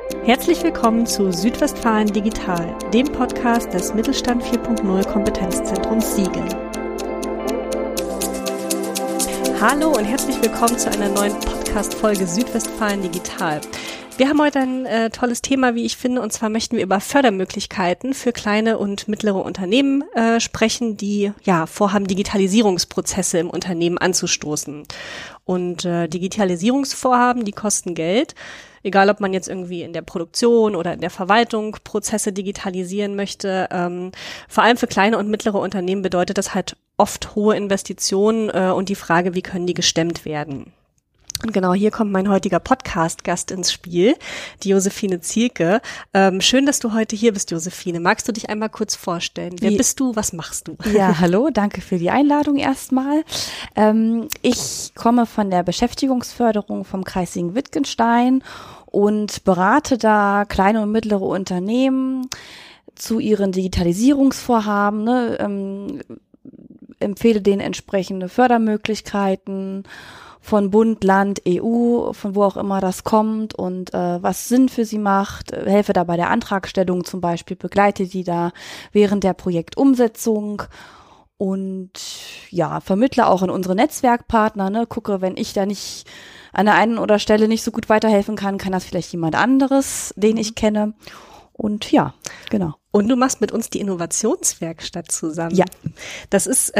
Herzlich willkommen zu Südwestfalen Digital, dem Podcast des Mittelstand 4.0 Kompetenzzentrums Siegen. Hallo und herzlich willkommen zu einer neuen Podcast-Folge Südwestfalen Digital. Wir haben heute ein tolles Thema, wie ich finde, und zwar möchten wir über Fördermöglichkeiten für kleine und mittlere Unternehmen sprechen, die vorhaben, Digitalisierungsprozesse im Unternehmen anzustoßen. Und Digitalisierungsvorhaben, die kosten Geld. Egal, ob man jetzt irgendwie in der Produktion oder in der Verwaltung Prozesse digitalisieren möchte. Vor allem für kleine und mittlere Unternehmen bedeutet das halt oft hohe Investitionen und die Frage, wie können die gestemmt werden. Und genau hier kommt mein heutiger Podcast-Gast ins Spiel, die Josephine Zielke. Schön, dass du heute hier bist, Josephine. Magst du dich einmal kurz vorstellen? Wer bist du? Was machst du? Ja, hallo, danke für die Einladung erstmal. Ich komme von der Beschäftigungsförderung vom Kreis Siegen-Wittgenstein und berate da kleine und mittlere Unternehmen zu ihren Digitalisierungsvorhaben, empfehle denen entsprechende Fördermöglichkeiten von Bund, Land, EU, von wo auch immer das kommt und was Sinn für sie macht, helfe da bei der Antragstellung zum Beispiel, begleite die da während der Projektumsetzung und ja, vermittle auch an unsere Netzwerkpartner, gucke, wenn ich da nicht an der einen oder Stelle nicht so gut weiterhelfen kann, kann das vielleicht jemand anderes, den ich kenne und ja, genau. Und du machst mit uns die Innovationswerkstatt zusammen. Ja. Das ist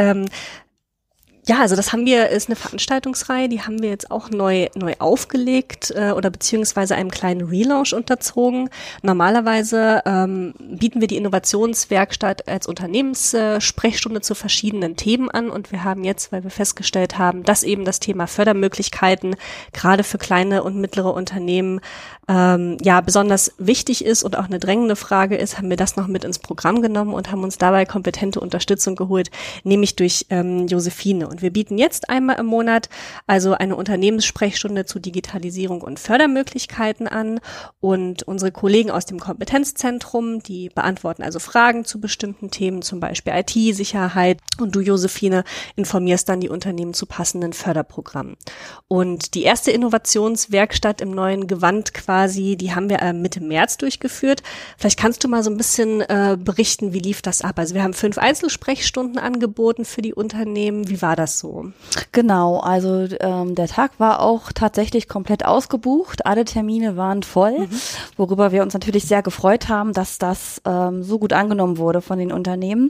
also das ist eine Veranstaltungsreihe, die haben wir jetzt auch neu aufgelegt oder beziehungsweise einem kleinen Relaunch unterzogen. Normalerweise bieten wir die Innovationswerkstatt als Unternehmenssprechstunde zu verschiedenen Themen an und wir haben jetzt, weil wir festgestellt haben, dass eben das Thema Fördermöglichkeiten gerade für kleine und mittlere Unternehmen besonders wichtig ist und auch eine drängende Frage ist, haben wir das noch mit ins Programm genommen und haben uns dabei kompetente Unterstützung geholt, nämlich durch Josephine. Und wir bieten jetzt einmal im Monat also eine Unternehmenssprechstunde zu Digitalisierung und Fördermöglichkeiten an und unsere Kollegen aus dem Kompetenzzentrum, die beantworten also Fragen zu bestimmten Themen, zum Beispiel IT-Sicherheit und du, Josephine, informierst dann die Unternehmen zu passenden Förderprogrammen. Und die erste Innovationswerkstatt im neuen Gewand quasi, die haben wir Mitte März durchgeführt. Vielleicht kannst du mal so ein bisschen berichten, wie lief das ab? Also wir haben 5 Einzelsprechstunden angeboten für die Unternehmen. Wie war das so? Genau, also der Tag war auch tatsächlich komplett ausgebucht. Alle Termine waren voll, worüber wir uns natürlich sehr gefreut haben, dass das so gut angenommen wurde von den Unternehmen.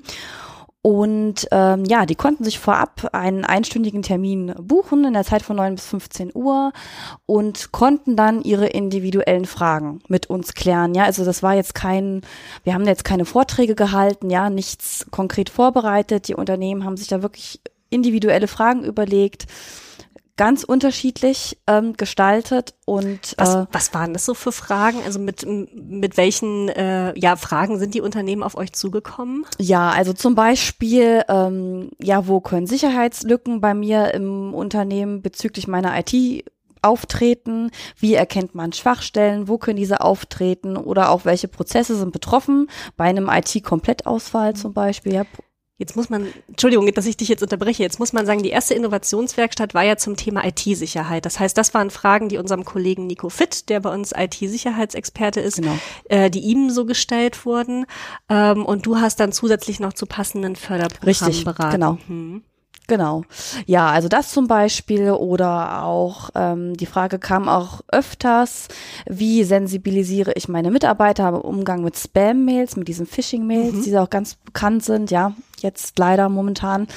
Und die konnten sich vorab einen einstündigen Termin buchen in der Zeit von 9 bis 15 Uhr und konnten dann ihre individuellen Fragen mit uns klären. Ja, also das war jetzt wir haben jetzt keine Vorträge gehalten, ja, nichts konkret vorbereitet. Die Unternehmen haben sich da wirklich individuelle Fragen überlegt, ganz unterschiedlich gestaltet und was waren das so für Fragen? Also mit welchen Fragen sind die Unternehmen auf euch zugekommen? Ja, also zum Beispiel, wo können Sicherheitslücken bei mir im Unternehmen bezüglich meiner IT auftreten? Wie erkennt man Schwachstellen? Wo können diese auftreten? Oder auch welche Prozesse sind betroffen? Bei einem IT-Komplettausfall zum Beispiel, ja. Jetzt muss man, Entschuldigung, dass ich dich jetzt unterbreche, jetzt muss man sagen, die erste Innovationswerkstatt war ja zum Thema IT-Sicherheit. Das heißt, das waren Fragen, die unserem Kollegen Nico Fitt, der bei uns IT-Sicherheitsexperte ist, genau, die ihm so gestellt wurden. Und du hast dann zusätzlich noch zu passenden Förderprogrammen beraten. Genau. Genau. Ja, also das zum Beispiel oder auch die Frage kam auch öfters, wie sensibilisiere ich meine Mitarbeiter im Umgang mit Spam-Mails, mit diesen Phishing-Mails, die auch ganz bekannt sind, ja, jetzt leider momentan.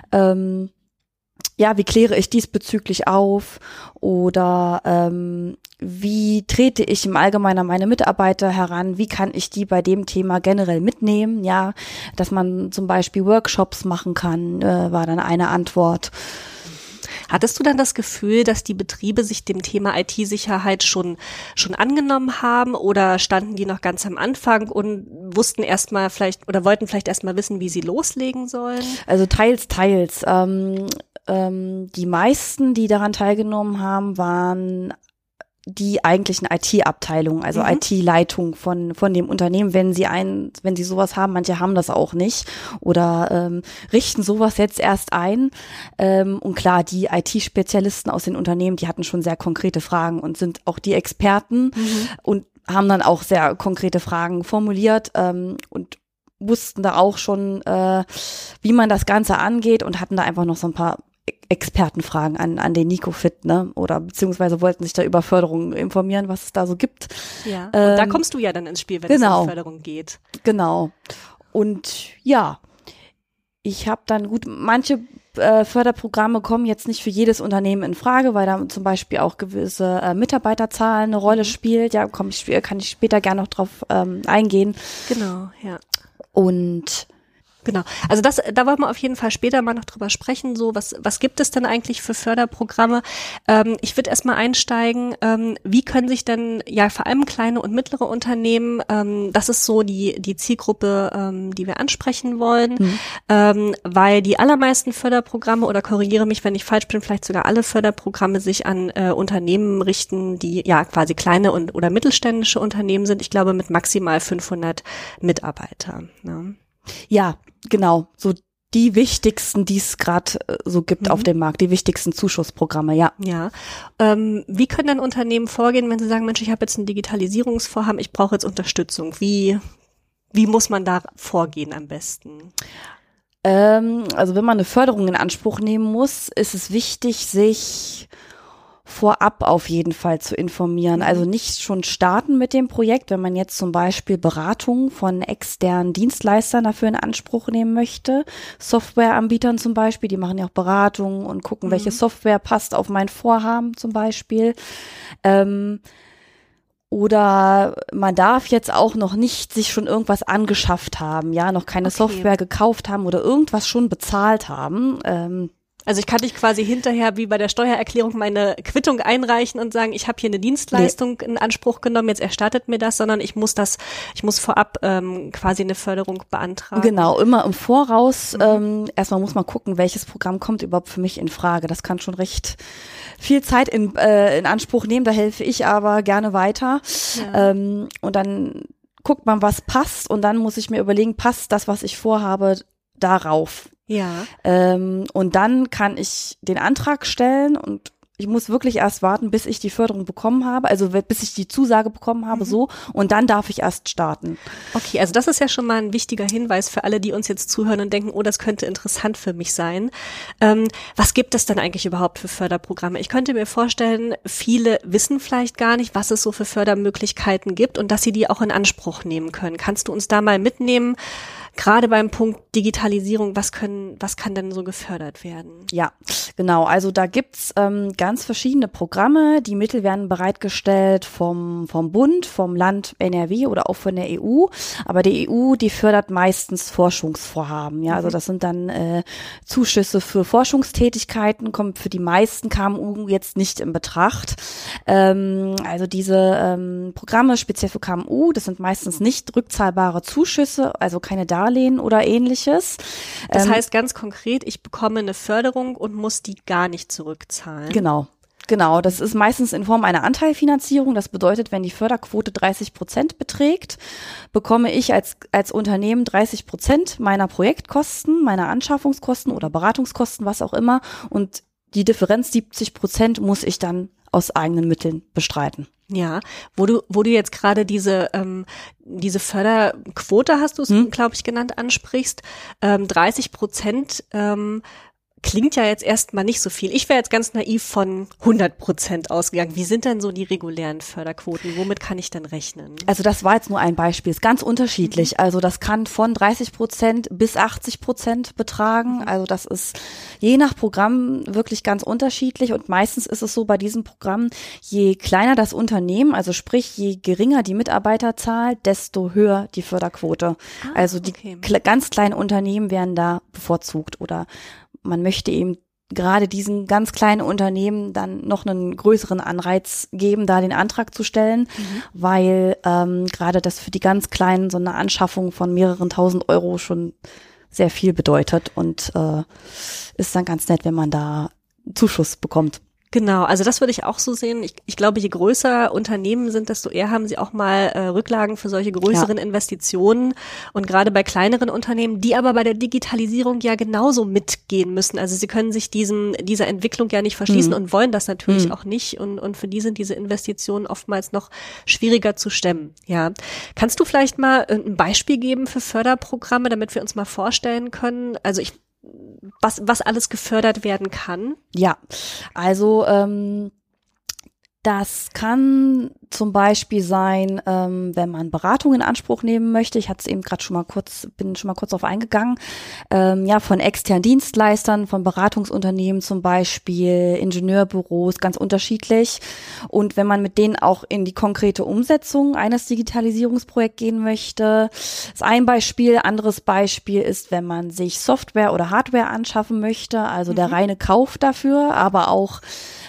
Wie kläre ich diesbezüglich auf oder wie trete ich im Allgemeinen an meine Mitarbeiter heran, wie kann ich die bei dem Thema generell mitnehmen, ja, dass man zum Beispiel Workshops machen kann, war dann eine Antwort. Hattest du dann das Gefühl, dass die Betriebe sich dem Thema IT-Sicherheit schon angenommen haben oder standen die noch ganz am Anfang und wussten erstmal wollten vielleicht erstmal wissen, wie sie loslegen sollen? Also teils. Die meisten, die daran teilgenommen haben, waren die eigentlichen IT-Abteilungen, also IT-Leitung von dem Unternehmen, wenn sie sowas haben, manche haben das auch nicht oder richten sowas jetzt erst ein. Und klar, die IT-Spezialisten aus den Unternehmen, die hatten schon sehr konkrete Fragen und sind auch die Experten und haben dann auch sehr konkrete Fragen formuliert und wussten da auch schon, wie man das Ganze angeht und hatten da einfach noch so ein paar Expertenfragen an den Nicofit, ne? Oder beziehungsweise wollten sich da über Förderung informieren, was es da so gibt. Ja, und da kommst du ja dann ins Spiel, wenn es um Förderung geht. Genau. Und ja, ich habe dann manche Förderprogramme kommen jetzt nicht für jedes Unternehmen in Frage, weil da zum Beispiel auch gewisse Mitarbeiterzahlen eine Rolle spielt. Ja, kann ich später gerne noch drauf eingehen. Genau, ja. Und genau. Also da wollen wir auf jeden Fall später mal noch drüber sprechen. So, was gibt es denn eigentlich für Förderprogramme? Ich würde erstmal einsteigen. Wie können sich denn ja vor allem kleine und mittlere Unternehmen, das ist so die Zielgruppe, die wir ansprechen wollen, weil die allermeisten Förderprogramme, oder korrigiere mich, wenn ich falsch bin, vielleicht sogar alle Förderprogramme sich an Unternehmen richten, die ja quasi kleine oder mittelständische Unternehmen sind. Ich glaube mit maximal 500 Mitarbeiter. Ne? Ja, genau. So die wichtigsten, die es gerade so gibt auf dem Markt, die wichtigsten Zuschussprogramme, ja. Ja. Wie können dann Unternehmen vorgehen, wenn sie sagen, Mensch, ich habe jetzt ein Digitalisierungsvorhaben, ich brauche jetzt Unterstützung. Wie muss man da vorgehen am besten? Also wenn man eine Förderung in Anspruch nehmen muss, ist es wichtig, sich vorab auf jeden Fall zu informieren. Also nicht schon starten mit dem Projekt, wenn man jetzt zum Beispiel Beratung von externen Dienstleistern dafür in Anspruch nehmen möchte. Softwareanbietern zum Beispiel, die machen ja auch Beratungen und gucken, welche Software passt auf mein Vorhaben zum Beispiel. Oder man darf jetzt auch noch nicht sich schon irgendwas angeschafft haben, ja, noch keine Software gekauft haben oder irgendwas schon bezahlt haben. Also ich kann nicht quasi hinterher wie bei der Steuererklärung meine Quittung einreichen und sagen, ich habe hier eine Dienstleistung in Anspruch genommen, jetzt erstattet mir das, sondern ich muss vorab quasi eine Förderung beantragen. Genau, immer im Voraus. Erstmal muss man gucken, welches Programm kommt überhaupt für mich in Frage. Das kann schon recht viel Zeit in Anspruch nehmen, da helfe ich aber gerne weiter. Ja. Und dann guckt man, was passt, und dann muss ich mir überlegen, passt das, was ich vorhabe, darauf? Ja. Und dann kann ich den Antrag stellen, und ich muss wirklich erst warten, bis ich die Förderung bekommen habe, also bis ich die Zusage bekommen habe, und dann darf ich erst starten. Okay, also das ist ja schon mal ein wichtiger Hinweis für alle, die uns jetzt zuhören und denken, oh, das könnte interessant für mich sein. Was gibt es denn eigentlich überhaupt für Förderprogramme? Ich könnte mir vorstellen, viele wissen vielleicht gar nicht, was es so für Fördermöglichkeiten gibt und dass sie die auch in Anspruch nehmen können. Kannst du uns da mal mitnehmen? Gerade beim Punkt Digitalisierung, was kann denn so gefördert werden? Ja, genau. Also da gibt's ganz verschiedene Programme. Die Mittel werden bereitgestellt vom Bund, vom Land NRW oder auch von der EU. Aber die EU, die fördert meistens Forschungsvorhaben. Ja, also das sind dann Zuschüsse für Forschungstätigkeiten, kommt für die meisten KMU jetzt nicht in Betracht. Also diese Programme speziell für KMU, das sind meistens nicht rückzahlbare Zuschüsse, also keine Darlehen oder ähnliches. Das heißt ganz konkret, ich bekomme eine Förderung und muss die gar nicht zurückzahlen. Genau, das ist meistens in Form einer Anteilfinanzierung. Das bedeutet, wenn die Förderquote 30% beträgt, bekomme ich als Unternehmen 30% meiner Projektkosten, meiner Anschaffungskosten oder Beratungskosten, was auch immer. Und die Differenz 70% muss ich dann aus eigenen Mitteln bestreiten. Ja, wo du jetzt gerade diese Förderquote, hast du es, glaube ich, genannt, ansprichst, 30%, klingt ja jetzt erstmal nicht so viel. Ich wäre jetzt ganz naiv von 100% ausgegangen. Wie sind denn so die regulären Förderquoten? Womit kann ich denn rechnen? Also das war jetzt nur ein Beispiel. Ist ganz unterschiedlich. Also das kann von 30% bis 80% betragen. Also das ist je nach Programm wirklich ganz unterschiedlich. Und meistens ist es so bei diesem Programm, je kleiner das Unternehmen, also sprich je geringer die Mitarbeiterzahl, desto höher die Förderquote. Also die ganz kleinen Unternehmen werden da bevorzugt, oder man möchte eben gerade diesen ganz kleinen Unternehmen dann noch einen größeren Anreiz geben, da den Antrag zu stellen, weil gerade das für die ganz Kleinen so eine Anschaffung von mehreren tausend Euro schon sehr viel bedeutet, und ist dann ganz nett, wenn man da Zuschuss bekommt. Genau, also das würde ich auch so sehen. Ich glaube, je größer Unternehmen sind, desto eher haben sie auch mal Rücklagen für solche größeren Investitionen. Und gerade bei kleineren Unternehmen, die aber bei der Digitalisierung ja genauso mitgehen müssen. Also sie können sich dieser Entwicklung ja nicht verschließen und wollen das natürlich auch nicht. Und für die sind diese Investitionen oftmals noch schwieriger zu stemmen. Ja, kannst du vielleicht mal ein Beispiel geben für Förderprogramme, damit wir uns mal vorstellen können? Also was alles gefördert werden kann? Ja, also das kann zum Beispiel sein, wenn man Beratung in Anspruch nehmen möchte. Ich hatte es eben gerade bin schon mal kurz darauf eingegangen. Von externen Dienstleistern, von Beratungsunternehmen zum Beispiel, Ingenieurbüros, ganz unterschiedlich. Und wenn man mit denen auch in die konkrete Umsetzung eines Digitalisierungsprojekts gehen möchte, ist ein Beispiel. Anderes Beispiel ist, wenn man sich Software oder Hardware anschaffen möchte, also der reine Kauf dafür, aber auch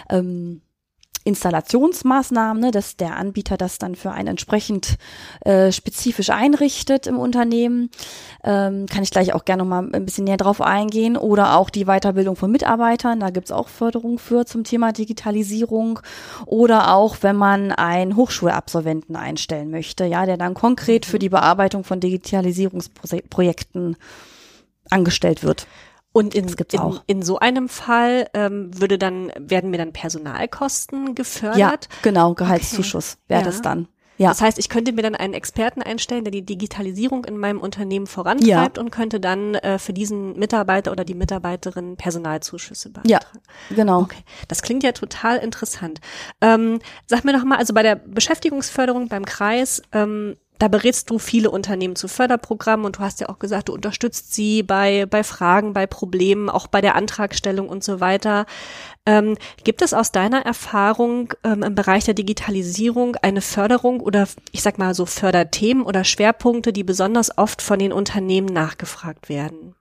Installationsmaßnahmen, ne, dass der Anbieter das dann für einen entsprechend spezifisch einrichtet im Unternehmen. Kann ich gleich auch gerne noch mal ein bisschen näher drauf eingehen. Oder auch die Weiterbildung von Mitarbeitern, da gibt's auch Förderung für zum Thema Digitalisierung. Oder auch, wenn man einen Hochschulabsolventen einstellen möchte, ja, der dann konkret für die Bearbeitung von Digitalisierungsprojekten angestellt wird. Und in so einem Fall werden mir dann Personalkosten gefördert? Ja, genau, Gehaltszuschuss wäre das dann. Ja. Das heißt, ich könnte mir dann einen Experten einstellen, der die Digitalisierung in meinem Unternehmen vorantreibt und könnte dann für diesen Mitarbeiter oder die Mitarbeiterin Personalzuschüsse beantragen. Ja, genau. Okay, das klingt ja total interessant. Sag mir doch mal, also bei der Beschäftigungsförderung beim Kreis, da berätst du viele Unternehmen zu Förderprogrammen und du hast ja auch gesagt, du unterstützt sie bei Fragen, bei Problemen, auch bei der Antragstellung und so weiter. Gibt es aus deiner Erfahrung im Bereich der Digitalisierung eine Förderung oder ich sag mal so Förderthemen oder Schwerpunkte, die besonders oft von den Unternehmen nachgefragt werden?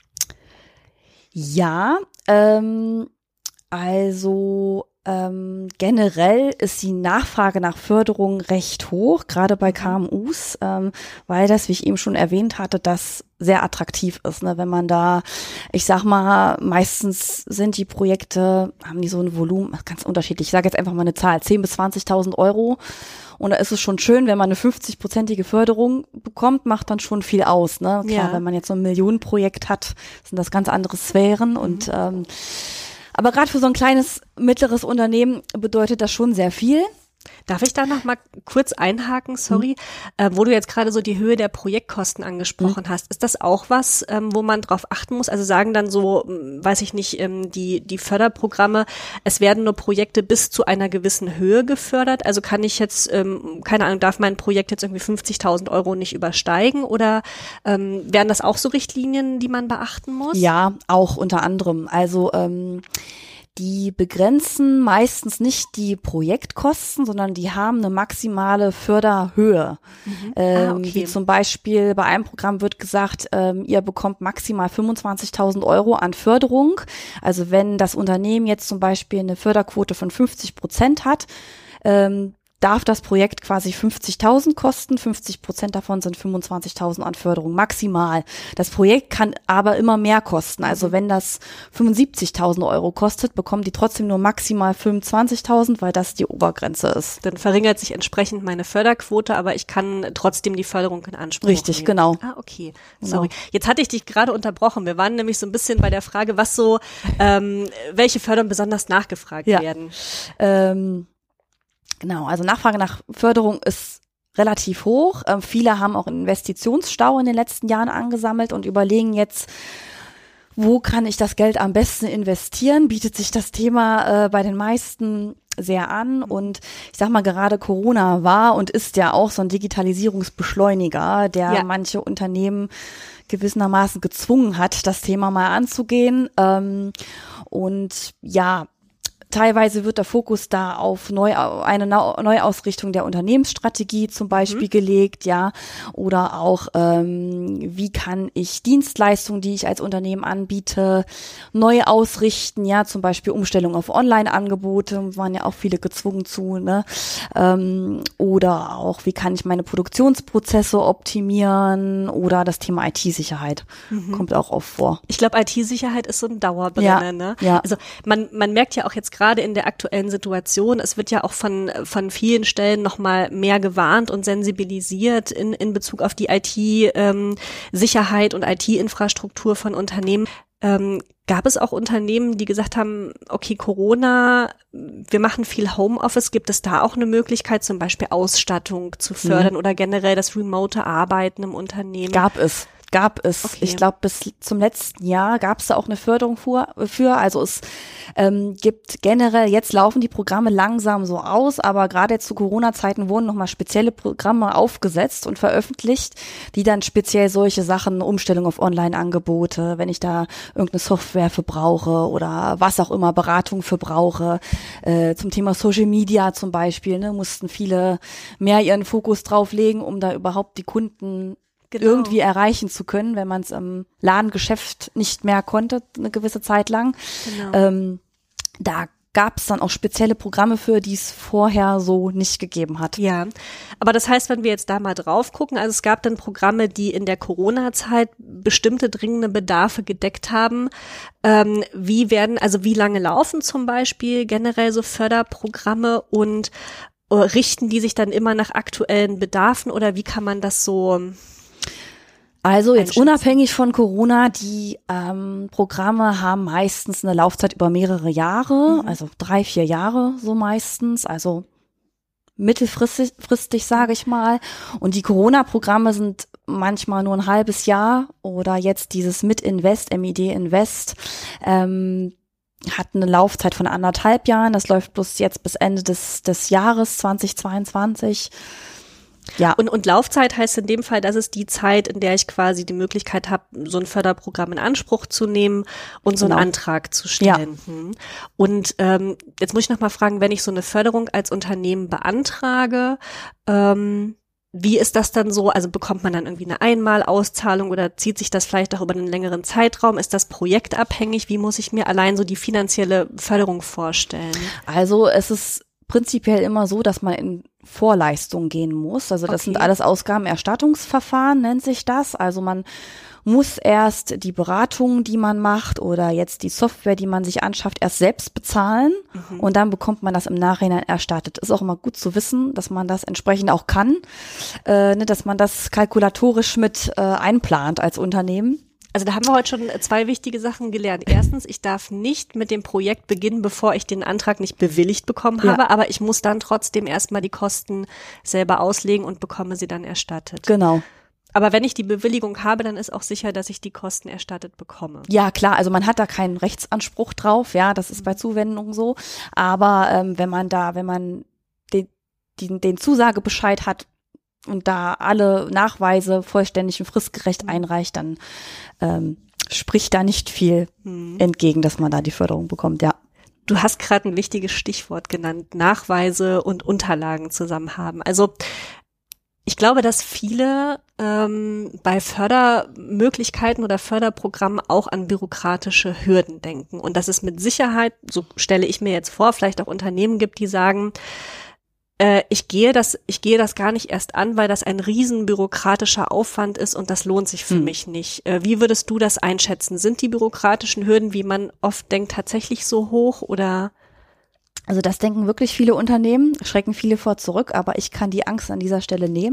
Ja, generell ist die Nachfrage nach Förderung recht hoch, gerade bei KMUs, weil das, wie ich eben schon erwähnt hatte, das sehr attraktiv ist, ne? Wenn man da, ich sag mal, meistens sind die Projekte, haben die so ein Volumen, ganz unterschiedlich, ich sage jetzt einfach mal eine Zahl, 10.000 bis 20.000 Euro. Und da ist es schon schön, wenn man eine 50-prozentige Förderung bekommt, macht dann schon viel aus, ne? Klar, wenn man jetzt so ein Millionenprojekt hat, sind das ganz andere Sphären und aber gerade für so ein kleines, mittleres Unternehmen bedeutet das schon sehr viel. Darf ich da noch mal kurz einhaken, sorry, wo du jetzt gerade so die Höhe der Projektkosten angesprochen hast. Ist das auch was, wo man drauf achten muss? Also sagen dann so, weiß ich nicht, die Förderprogramme, es werden nur Projekte bis zu einer gewissen Höhe gefördert. Also kann ich jetzt, keine Ahnung, darf mein Projekt jetzt irgendwie 50.000 Euro nicht übersteigen oder wären das auch so Richtlinien, die man beachten muss? Ja, auch unter anderem. Also die begrenzen meistens nicht die Projektkosten, sondern die haben eine maximale Förderhöhe. Okay. Wie zum Beispiel bei einem Programm wird gesagt, ihr bekommt maximal 25.000 Euro an Förderung. Also wenn das Unternehmen jetzt zum Beispiel eine Förderquote von 50% hat, darf das Projekt quasi 50.000 kosten, 50% davon sind 25.000 an Förderung, maximal. Das Projekt kann aber immer mehr kosten. Also wenn das 75.000 Euro kostet, bekommen die trotzdem nur maximal 25.000, weil das die Obergrenze ist. Dann verringert sich entsprechend meine Förderquote, aber ich kann trotzdem die Förderung in Anspruch nehmen. Richtig, genau. Ah, okay. Sorry. Genau. Jetzt hatte ich dich gerade unterbrochen. Wir waren nämlich so ein bisschen bei der Frage, was so, welche Förderungen besonders nachgefragt werden. Genau, also Nachfrage nach Förderung ist relativ hoch. Viele haben auch einen Investitionsstau in den letzten Jahren angesammelt und überlegen jetzt, wo kann ich das Geld am besten investieren? Bietet sich das Thema bei den meisten sehr an und ich sag mal, gerade Corona war und ist ja auch so ein Digitalisierungsbeschleuniger, der manche Unternehmen gewissermaßen gezwungen hat, das Thema mal anzugehen. Und ja, teilweise wird der Fokus da auf eine Neuausrichtung der Unternehmensstrategie zum Beispiel gelegt, ja, oder auch wie kann ich Dienstleistungen, die ich als Unternehmen anbiete, neu ausrichten, ja, zum Beispiel Umstellung auf Online-Angebote, waren ja auch viele gezwungen zu, ne, oder auch wie kann ich meine Produktionsprozesse optimieren oder das Thema IT-Sicherheit kommt auch oft vor. Ich glaube, IT-Sicherheit ist so ein Dauerbrenner, ne? Ja. Also man merkt ja auch jetzt gerade in der aktuellen Situation, es wird ja auch von vielen Stellen nochmal mehr gewarnt und sensibilisiert in Bezug auf die IT-Sicherheit und IT-Infrastruktur von Unternehmen. Gab es auch Unternehmen, die gesagt haben, okay, Corona, wir machen viel Homeoffice, gibt es da auch eine Möglichkeit, zum Beispiel Ausstattung zu fördern oder generell das remote Arbeiten im Unternehmen? Gab es. Okay. Ich glaube, bis zum letzten Jahr gab es da auch eine Förderung für. Also es gibt generell, jetzt laufen die Programme langsam so aus, aber gerade jetzt zu Corona-Zeiten wurden nochmal spezielle Programme aufgesetzt und veröffentlicht, die dann speziell solche Sachen, Umstellung auf Online-Angebote, wenn ich da irgendeine Software für brauche oder was auch immer, Beratung für brauche, zum Thema Social Media zum Beispiel, ne, mussten viele mehr ihren Fokus drauf legen, um da überhaupt die Kunden irgendwie erreichen zu können, wenn man es im Ladengeschäft nicht mehr konnte, eine gewisse Zeit lang. Genau. Da gab es dann auch spezielle Programme für, die es vorher so nicht gegeben hat. Ja, aber das heißt, wenn wir jetzt da mal drauf gucken, also es gab dann Programme, die in der Corona-Zeit bestimmte dringende Bedarfe gedeckt haben. Wie lange laufen zum Beispiel generell so Förderprogramme und richten die sich dann immer nach aktuellen Bedarfen oder wie kann man das so... Also jetzt unabhängig von Corona, die Programme haben meistens eine Laufzeit über mehrere Jahre, also 3-4 Jahre so meistens, also mittelfristig sage ich mal. Und die Corona-Programme sind manchmal nur ein halbes Jahr oder jetzt dieses MID Invest, hat eine Laufzeit von 1,5 Jahren. Das läuft bloß jetzt bis Ende des Jahres 2022. Ja. Und Laufzeit heißt in dem Fall, das ist die Zeit, in der ich quasi die Möglichkeit habe, so ein Förderprogramm in Anspruch zu nehmen und so einen Antrag zu stellen. Ja. Und jetzt muss ich noch mal fragen, wenn ich so eine Förderung als Unternehmen beantrage, wie ist das dann so? Also bekommt man dann irgendwie eine Einmalauszahlung oder zieht sich das vielleicht auch über einen längeren Zeitraum? Ist das projektabhängig? Wie muss ich mir allein so die finanzielle Förderung vorstellen? Also es ist prinzipiell immer so, dass man in Vorleistung gehen muss. Also das sind alles Ausgabenerstattungsverfahren, nennt sich das. Also man muss erst die Beratung, die man macht oder jetzt die Software, die man sich anschafft, erst selbst bezahlen und dann bekommt man das im Nachhinein erstattet. Ist auch immer gut zu wissen, dass man das entsprechend auch kann, dass man das kalkulatorisch mit einplant als Unternehmen. Also da haben wir heute schon 2 wichtige Sachen gelernt. Erstens, ich darf nicht mit dem Projekt beginnen, bevor ich den Antrag nicht bewilligt bekommen habe, aber ich muss dann trotzdem erstmal die Kosten selber auslegen und bekomme sie dann erstattet. Genau. Aber wenn ich die Bewilligung habe, dann ist auch sicher, dass ich die Kosten erstattet bekomme. Ja, klar, also man hat da keinen Rechtsanspruch drauf, ja, das ist bei Zuwendungen so. Aber wenn man den Zusagebescheid hat, und da alle Nachweise vollständig und fristgerecht einreicht, dann spricht da nicht viel entgegen, dass man da die Förderung bekommt, ja. Du hast gerade ein wichtiges Stichwort genannt, Nachweise und Unterlagen zusammen haben. Also ich glaube, dass viele bei Fördermöglichkeiten oder Förderprogrammen auch an bürokratische Hürden denken. Und dass es mit Sicherheit, so stelle ich mir jetzt vor, vielleicht auch Unternehmen gibt, die sagen, ich gehe das gar nicht erst an, weil das ein riesen bürokratischer Aufwand ist und das lohnt sich für mich nicht. Wie würdest du das einschätzen? Sind die bürokratischen Hürden, wie man oft denkt, tatsächlich so hoch oder? Also das denken wirklich viele Unternehmen, schrecken viele vor zurück, aber ich kann die Angst an dieser Stelle nehmen.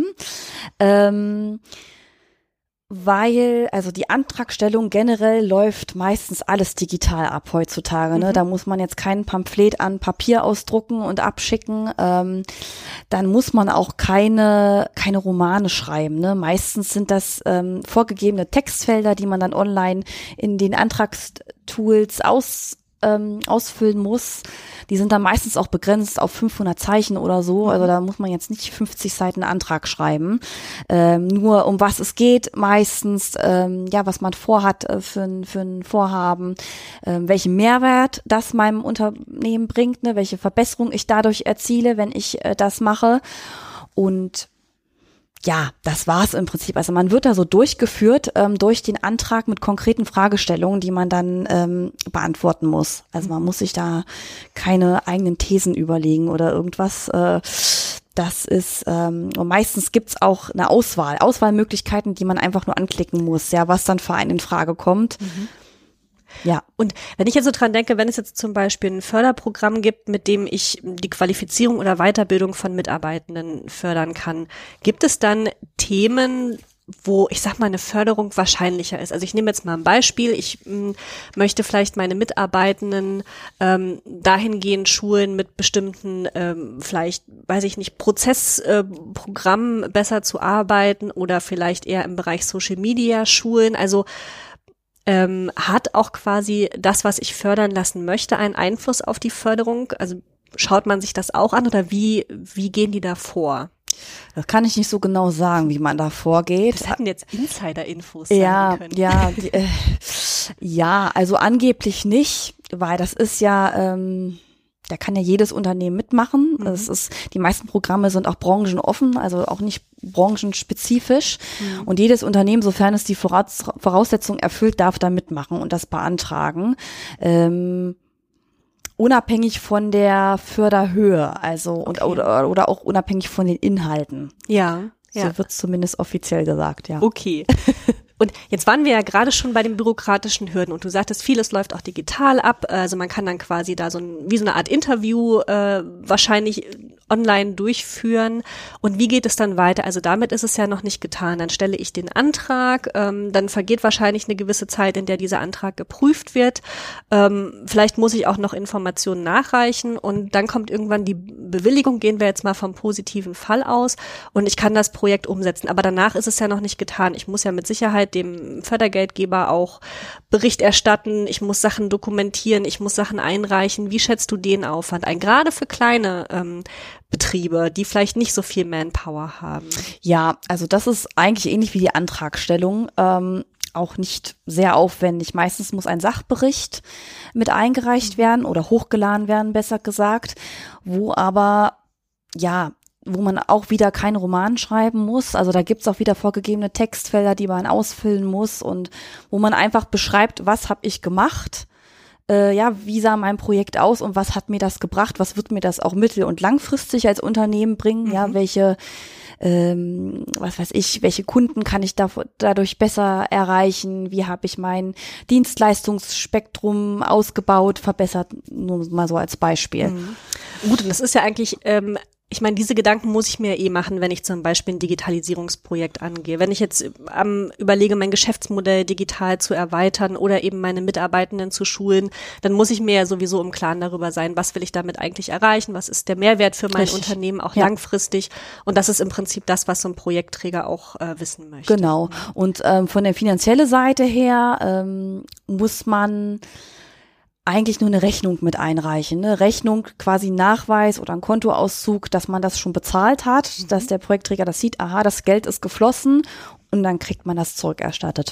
Weil, also die Antragstellung generell läuft meistens alles digital ab heutzutage. Ne? Da muss man jetzt kein Pamphlet an Papier ausdrucken und abschicken. Dann muss man auch keine Romane schreiben. Ne? Meistens sind das vorgegebene Textfelder, die man dann online in den Antragstools ausfüllen muss. Die sind dann meistens auch begrenzt auf 500 Zeichen oder so. Also da muss man jetzt nicht 50 Seiten Antrag schreiben. Nur um was es geht meistens, was man vorhat für ein Vorhaben, welchen Mehrwert das meinem Unternehmen bringt, ne, welche Verbesserung ich dadurch erziele, wenn ich das mache. Und ja, das war's im Prinzip. Also man wird da so durchgeführt durch den Antrag mit konkreten Fragestellungen, die man dann beantworten muss. Also man muss sich da keine eigenen Thesen überlegen oder irgendwas. Das ist und meistens gibt's auch eine Auswahlmöglichkeiten, die man einfach nur anklicken muss, ja, was dann für einen in Frage kommt. Ja. Und wenn ich jetzt so dran denke, wenn es jetzt zum Beispiel ein Förderprogramm gibt, mit dem ich die Qualifizierung oder Weiterbildung von Mitarbeitenden fördern kann, gibt es dann Themen, wo, ich sag mal, eine Förderung wahrscheinlicher ist? Also ich nehme jetzt mal ein Beispiel. Ich möchte vielleicht meine Mitarbeitenden dahingehend schulen, mit bestimmten, vielleicht, weiß ich nicht, Prozessprogrammen besser zu arbeiten oder vielleicht eher im Bereich Social Media schulen. Also hat auch quasi das, was ich fördern lassen möchte, einen Einfluss auf die Förderung? Also schaut man sich das auch an oder wie gehen die da vor? Das kann ich nicht so genau sagen, wie man da vorgeht. Das hätten jetzt Insider-Infos sein können. Ja, also angeblich nicht, weil das ist ja, da kann ja jedes Unternehmen mitmachen. Die meisten Programme sind auch branchenoffen, also auch nicht branchenspezifisch. Und jedes Unternehmen, sofern es die Voraussetzungen erfüllt, darf da mitmachen und das beantragen. Unabhängig von der Förderhöhe, also oder auch unabhängig von den Inhalten. Ja. So wird es zumindest offiziell gesagt, ja. Okay. Und jetzt waren wir ja gerade schon bei den bürokratischen Hürden und du sagtest, vieles läuft auch digital ab. Also man kann dann quasi da wie so eine Art Interview wahrscheinlich online durchführen. Und wie geht es dann weiter? Also damit ist es ja noch nicht getan. Dann stelle ich den Antrag, dann vergeht wahrscheinlich eine gewisse Zeit, in der dieser Antrag geprüft wird. Vielleicht muss ich auch noch Informationen nachreichen und dann kommt irgendwann die Bewilligung, gehen wir jetzt mal vom positiven Fall aus und ich kann das Projekt umsetzen. Aber danach ist es ja noch nicht getan. Ich muss ja mit Sicherheit dem Fördergeldgeber auch Bericht erstatten. Ich muss Sachen dokumentieren, ich muss Sachen einreichen. Wie schätzt du den Aufwand ein? Gerade für kleine Betriebe, die vielleicht nicht so viel Manpower haben. Ja, also das ist eigentlich ähnlich wie die Antragstellung. Auch nicht sehr aufwendig. Meistens muss ein Sachbericht mit eingereicht werden oder hochgeladen werden, besser gesagt, wo man auch wieder keinen Roman schreiben muss. Also da gibt's auch wieder vorgegebene Textfelder, die man ausfüllen muss und wo man einfach beschreibt, was habe ich gemacht, wie sah mein Projekt aus und was hat mir das gebracht, was wird mir das auch mittel- und langfristig als Unternehmen bringen, welche welche Kunden kann ich dadurch besser erreichen, wie habe ich mein Dienstleistungsspektrum ausgebaut, verbessert, nur mal so als Beispiel. Gut, und das ist ja eigentlich ich meine, diese Gedanken muss ich mir machen, wenn ich zum Beispiel ein Digitalisierungsprojekt angehe. Wenn ich jetzt überlege, mein Geschäftsmodell digital zu erweitern oder eben meine Mitarbeitenden zu schulen, dann muss ich mir ja sowieso im Klaren darüber sein, was will ich damit eigentlich erreichen, was ist der Mehrwert für mein Unternehmen auch langfristig. Und das ist im Prinzip das, was so ein Projektträger auch wissen möchte. Genau. Und von der finanziellen Seite her muss man eigentlich nur eine Rechnung mit einreichen. Eine Rechnung, quasi Nachweis oder ein Kontoauszug, dass man das schon bezahlt hat, dass der Projektträger das sieht, aha, das Geld ist geflossen und dann kriegt man das zurückerstattet.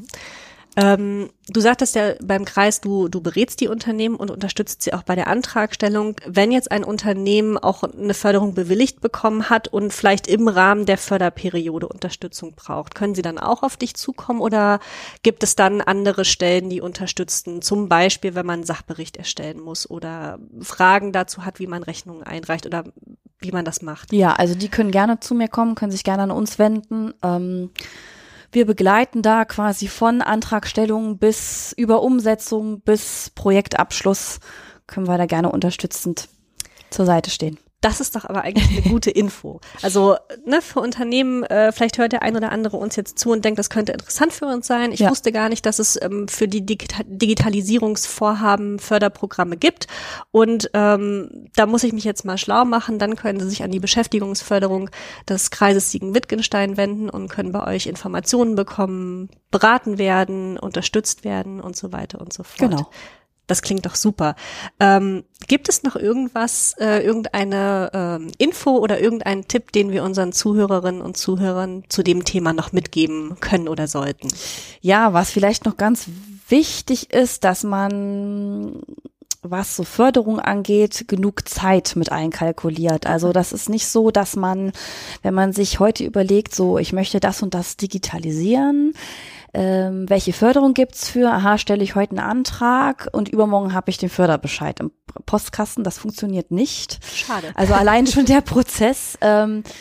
Du sagtest ja beim Kreis, du berätst die Unternehmen und unterstützt sie auch bei der Antragstellung. Wenn jetzt ein Unternehmen auch eine Förderung bewilligt bekommen hat und vielleicht im Rahmen der Förderperiode Unterstützung braucht, können sie dann auch auf dich zukommen oder gibt es dann andere Stellen, die unterstützen? Zum Beispiel, wenn man einen Sachbericht erstellen muss oder Fragen dazu hat, wie man Rechnungen einreicht oder wie man das macht. Ja, also die können gerne zu mir kommen, können sich gerne an uns wenden. Wir begleiten da quasi von Antragstellung bis über Umsetzung bis Projektabschluss, können wir da gerne unterstützend zur Seite stehen. Das ist doch aber eigentlich eine gute Info. Also für Unternehmen, vielleicht hört der ein oder andere uns jetzt zu und denkt, das könnte interessant für uns sein. Ich wusste gar nicht, dass es für die Digitalisierungsvorhaben Förderprogramme gibt. Und da muss ich mich jetzt mal schlau machen. Dann können Sie sich an die Beschäftigungsförderung des Kreises Siegen-Wittgenstein wenden und können bei euch Informationen bekommen, beraten werden, unterstützt werden und so weiter und so fort. Genau. Das klingt doch super. Gibt es noch irgendwas, irgendeine Info oder irgendeinen Tipp, den wir unseren Zuhörerinnen und Zuhörern zu dem Thema noch mitgeben können oder sollten? Ja, was vielleicht noch ganz wichtig ist, dass man, was so Förderung angeht, genug Zeit mit einkalkuliert. Also das ist nicht so, dass man, wenn man sich heute überlegt, so ich möchte das und das digitalisieren, welche Förderung gibt's für, stelle ich heute einen Antrag und übermorgen habe ich den Förderbescheid im Postkasten. Das funktioniert nicht. Schade. Also allein schon der Prozess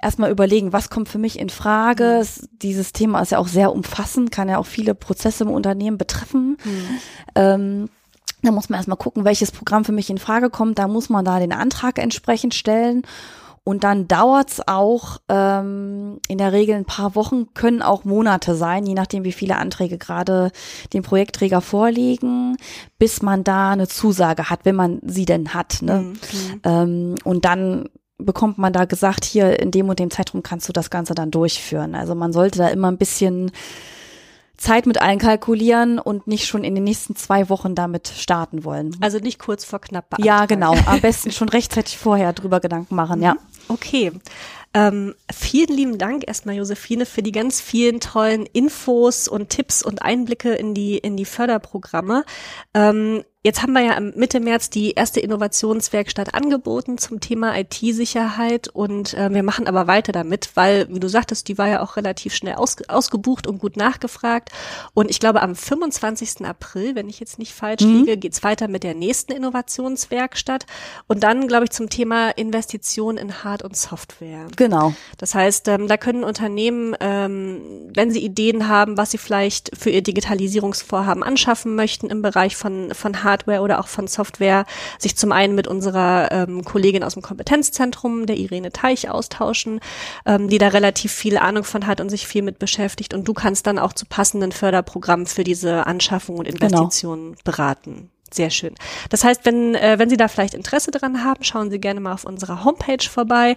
erstmal überlegen, was kommt für mich in Frage. Dieses Thema ist ja auch sehr umfassend, kann ja auch viele Prozesse im Unternehmen betreffen. Da muss man erstmal gucken, welches Programm für mich in Frage kommt. Da muss man da den Antrag entsprechend stellen. Und dann dauert's auch in der Regel ein paar Wochen, können auch Monate sein, je nachdem, wie viele Anträge gerade dem Projektträger vorliegen, bis man da eine Zusage hat, wenn man sie denn hat. Ne? Und dann bekommt man da gesagt, hier in dem und dem Zeitraum kannst du das Ganze dann durchführen. Also man sollte da immer ein bisschen Zeit mit einkalkulieren und nicht schon in den nächsten 2 Wochen damit starten wollen. Also nicht kurz vor knapp beantragen. Ja, genau. Am besten schon rechtzeitig vorher drüber Gedanken machen, ja. Okay. Vielen lieben Dank erstmal, Josephine, für die ganz vielen tollen Infos und Tipps und Einblicke in die Förderprogramme. Jetzt haben wir ja Mitte März die erste Innovationswerkstatt angeboten zum Thema IT-Sicherheit und wir machen aber weiter damit, weil, wie du sagtest, die war ja auch relativ schnell ausgebucht und gut nachgefragt. Und ich glaube, am 25. April, wenn ich jetzt nicht falsch liege, geht's weiter mit der nächsten Innovationswerkstatt und dann, glaube ich, zum Thema Investition in Hard- und Software. Genau. Das heißt, da können Unternehmen, wenn sie Ideen haben, was sie vielleicht für ihr Digitalisierungsvorhaben anschaffen möchten im Bereich von Hardware oder auch von Software, sich zum einen mit unserer Kollegin aus dem Kompetenzzentrum, der Irene Teich, austauschen, die da relativ viel Ahnung von hat und sich viel mit beschäftigt. Und du kannst dann auch zu passenden Förderprogrammen für diese Anschaffung und Investitionen beraten. Sehr schön. Das heißt, wenn Sie da vielleicht Interesse dran haben, schauen Sie gerne mal auf unserer Homepage vorbei,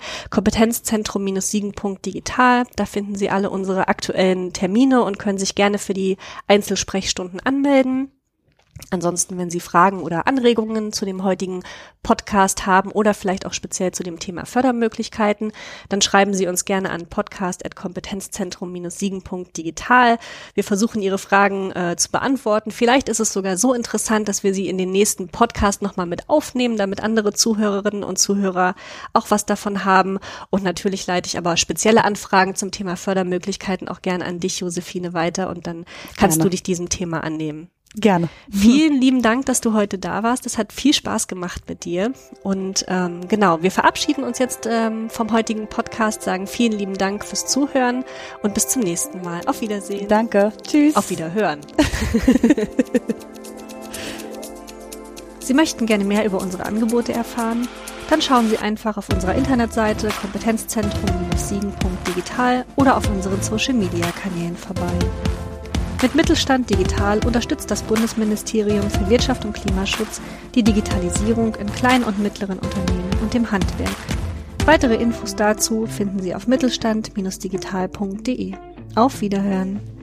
kompetenzzentrum-siegen.digital. Da finden Sie alle unsere aktuellen Termine und können sich gerne für die Einzelsprechstunden anmelden. Ansonsten, wenn Sie Fragen oder Anregungen zu dem heutigen Podcast haben oder vielleicht auch speziell zu dem Thema Fördermöglichkeiten, dann schreiben Sie uns gerne an podcast@kompetenzzentrum-siegen.digital. Wir versuchen, Ihre Fragen zu beantworten. Vielleicht ist es sogar so interessant, dass wir sie in den nächsten Podcast nochmal mit aufnehmen, damit andere Zuhörerinnen und Zuhörer auch was davon haben. Und natürlich leite ich aber spezielle Anfragen zum Thema Fördermöglichkeiten auch gerne an dich, Josephine, weiter und dann kannst du dich diesem Thema annehmen. Gerne. Vielen lieben Dank, dass du heute da warst. Es hat viel Spaß gemacht mit dir. Und genau, wir verabschieden uns jetzt vom heutigen Podcast, sagen vielen lieben Dank fürs Zuhören und bis zum nächsten Mal. Auf Wiedersehen. Danke. Tschüss. Auf Wiederhören. Sie möchten gerne mehr über unsere Angebote erfahren? Dann schauen Sie einfach auf unserer Internetseite kompetenzzentrum-siegen.digital oder auf unseren Social-Media-Kanälen vorbei. Mit Mittelstand Digital unterstützt das Bundesministerium für Wirtschaft und Klimaschutz die Digitalisierung in kleinen und mittleren Unternehmen und dem Handwerk. Weitere Infos dazu finden Sie auf mittelstand-digital.de. Auf Wiederhören!